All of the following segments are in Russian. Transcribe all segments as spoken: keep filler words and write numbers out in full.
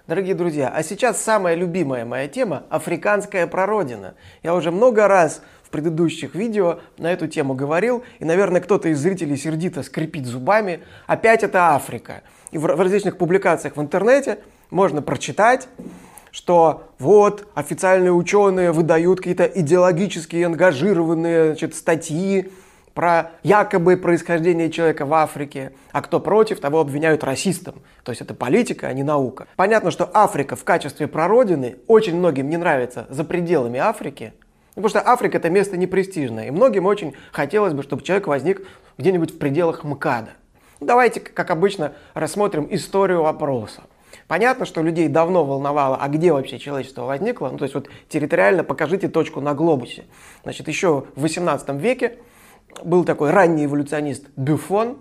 Дорогие друзья, а сейчас самая любимая моя тема – африканская прародина. Я уже много раз в предыдущих видео на эту тему говорил, и, наверное, кто-то из зрителей сердито скрипит зубами. Опять это Африка. И в различных публикациях в интернете можно прочитать, что вот официальные ученые выдают какие-то идеологически ангажированные, значит, статьи про якобы происхождение человека в Африке, а кто против, того обвиняют расистом. То есть это политика, а не наука. Понятно, что Африка в качестве прародины очень многим не нравится за пределами Африки, потому что Африка — это место непрестижное, и многим очень хотелось бы, чтобы человек возник где-нибудь в пределах МКАДа. Давайте, как обычно, рассмотрим историю вопроса. Понятно, что людей давно волновало, а где вообще человечество возникло. Ну, то есть вот территориально покажите точку на глобусе. Значит, еще в восемнадцатом веке был такой ранний эволюционист Бюфон,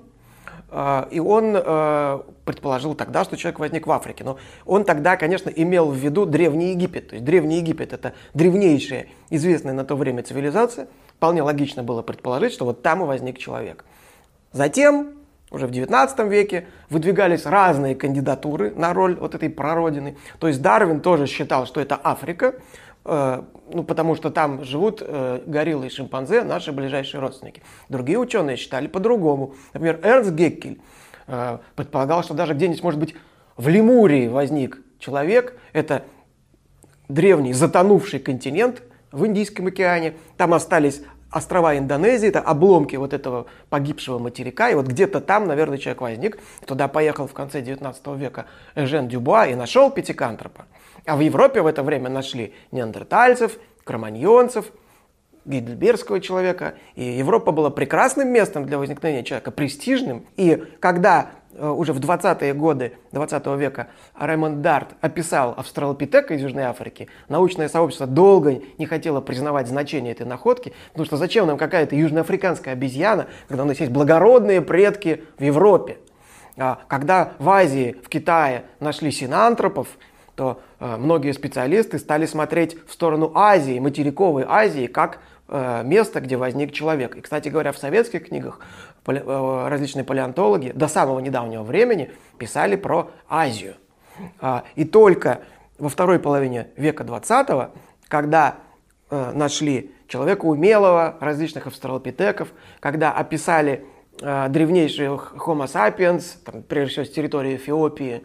и он предположил тогда, что человек возник в Африке. Но он тогда, конечно, имел в виду Древний Египет. То есть Древний Египет — это древнейшая, известная на то время цивилизация. Вполне логично было предположить, что вот там и возник человек. Затем, уже в девятнадцатом веке, выдвигались разные кандидатуры на роль вот этой прародины. То есть Дарвин тоже считал, что это Африка, э, ну, потому что там живут э, гориллы и шимпанзе, наши ближайшие родственники. Другие ученые считали по-другому. Например, Эрнст Геккель э, предполагал, что даже где-нибудь, может быть, в Лемурии возник человек. Это древний затонувший континент в Индийском океане. Там остались острова Индонезии, это обломки вот этого погибшего материка, и вот где-то там, наверное, человек возник. Туда поехал в конце девятнадцатого века Эжен Дюбуа и нашел пятикантропа. А в Европе в это время нашли неандертальцев, кроманьонцев, гейдельбергского человека. И Европа была прекрасным местом для возникновения человека, престижным. И когда уже в двадцатые годы двадцатого века Раймонд Дарт описал австралопитека из Южной Африки, научное сообщество долго не хотело признавать значение этой находки, потому что зачем нам какая-то южноафриканская обезьяна, когда у нас есть благородные предки в Европе. Когда в Азии, в Китае нашли синантропов, то многие специалисты стали смотреть в сторону Азии, материковой Азии, как место, где возник человек. И, кстати говоря, в советских книгах различные палеонтологи до самого недавнего времени писали про Азию. И только во второй половине века двадцатого, когда нашли человека умелого, различных австралопитеков, когда описали древнейших Homo sapiens, там, прежде всего с территории Эфиопии,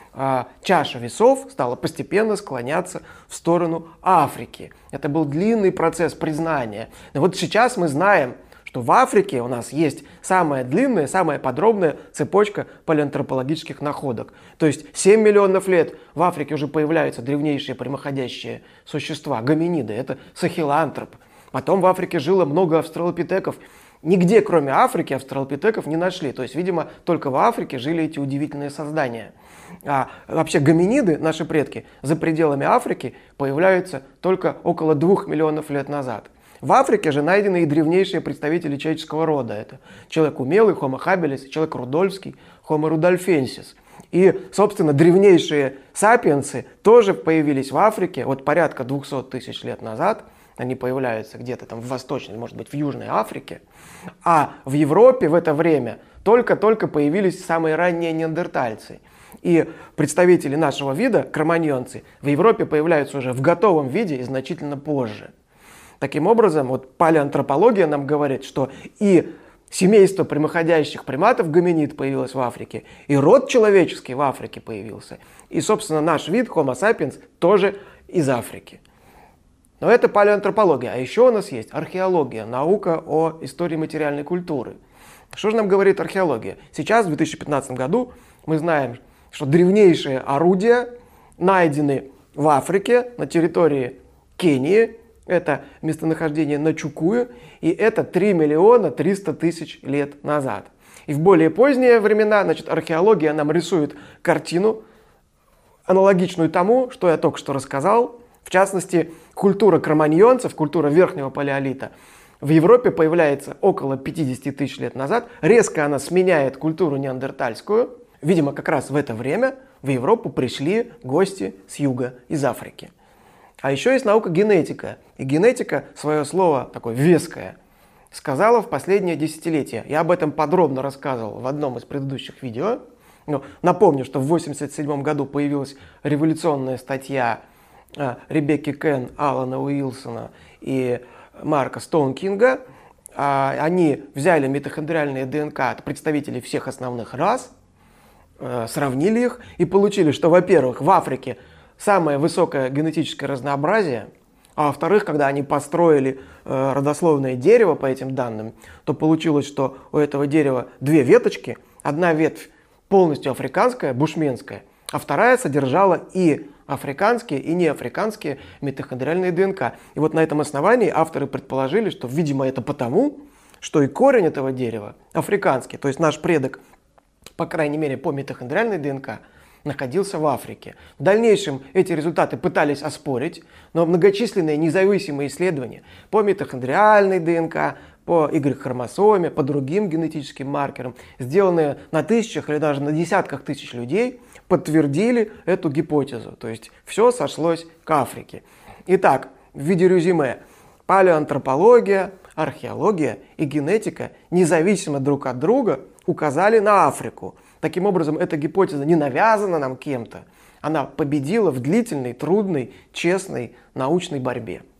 чаша весов стала постепенно склоняться в сторону Африки. Это был длинный процесс признания. Но вот сейчас мы знаем, что в Африке у нас есть самая длинная, самая подробная цепочка палеоантропологических находок. То есть семь миллионов лет в Африке уже появляются древнейшие прямоходящие существа, гоминиды, это сахилантроп. Потом в Африке жило много австралопитеков. Нигде, кроме Африки, австралопитеков не нашли. То есть, видимо, только в Африке жили эти удивительные создания. А вообще гоминиды, наши предки, за пределами Африки появляются только около двух миллионов лет назад. В Африке же найдены и древнейшие представители человеческого рода. Это человек умелый, Homo habilis, человек рудольфский, Homo rudolfensis. И, собственно, древнейшие сапиенсы тоже появились в Африке от порядка двухсот тысяч лет назад. Они появляются где-то там в Восточной, может быть, в Южной Африке. А в Европе в это время только-только появились самые ранние неандертальцы. И представители нашего вида, кроманьонцы, в Европе появляются уже в готовом виде и значительно позже. Таким образом, вот палеоантропология нам говорит, что и семейство прямоходящих приматов гоминид появилось в Африке, и род человеческий в Африке появился. И, собственно, наш вид, Homo sapiens, тоже из Африки. Но это палеоантропология. А еще у нас есть археология, наука о истории материальной культуры. Что же нам говорит археология? Сейчас, в две тысячи пятнадцатом году, мы знаем, что древнейшие орудия найдены в Африке, на территории Кении. Это местонахождение Начукую, и это три миллиона триста тысяч лет назад. И в более поздние времена, значит, археология нам рисует картину, аналогичную тому, что я только что рассказал. В частности, культура кроманьонцев, культура верхнего палеолита, в Европе появляется около пятидесяти тысяч лет назад. Резко она сменяет культуру неандертальскую. Видимо, как раз в это время в Европу пришли гости с юга, из Африки. А еще есть наука генетика. И генетика свое слово такое веское сказала в последнее десятилетие. Я об этом подробно рассказывал в одном из предыдущих видео. Ну, напомню, что в восемьдесят седьмом году появилась революционная статья а, Ребекки Кен, Алана Уилсона и Марка Стоункинга. А, они взяли митохондриальные ДНК от представителей всех основных рас, а, сравнили их и получили, что, во-первых, в Африке самое высокое генетическое разнообразие, а во-вторых, когда они построили э, родословное дерево по этим данным, то получилось, что у этого дерева две веточки, одна ветвь полностью африканская, бушменская, а вторая содержала и африканские, и неафриканские митохондриальные ДНК. И вот на этом основании авторы предположили, что, видимо, это потому, что и корень этого дерева африканский, то есть наш предок, по крайней мере, по митохондриальной ДНК, находился в Африке. В дальнейшем эти результаты пытались оспорить, но многочисленные независимые исследования по митохондриальной ДНК, по Y-хромосоме, по другим генетическим маркерам, сделанные на тысячах или даже на десятках тысяч людей, подтвердили эту гипотезу. То есть все сошлось к Африке. Итак, в виде резюме: палеоантропология, археология и генетика независимо друг от друга указали на Африку. Таким образом, эта гипотеза не навязана нам кем-то. Она победила в длительной, трудной, честной научной борьбе.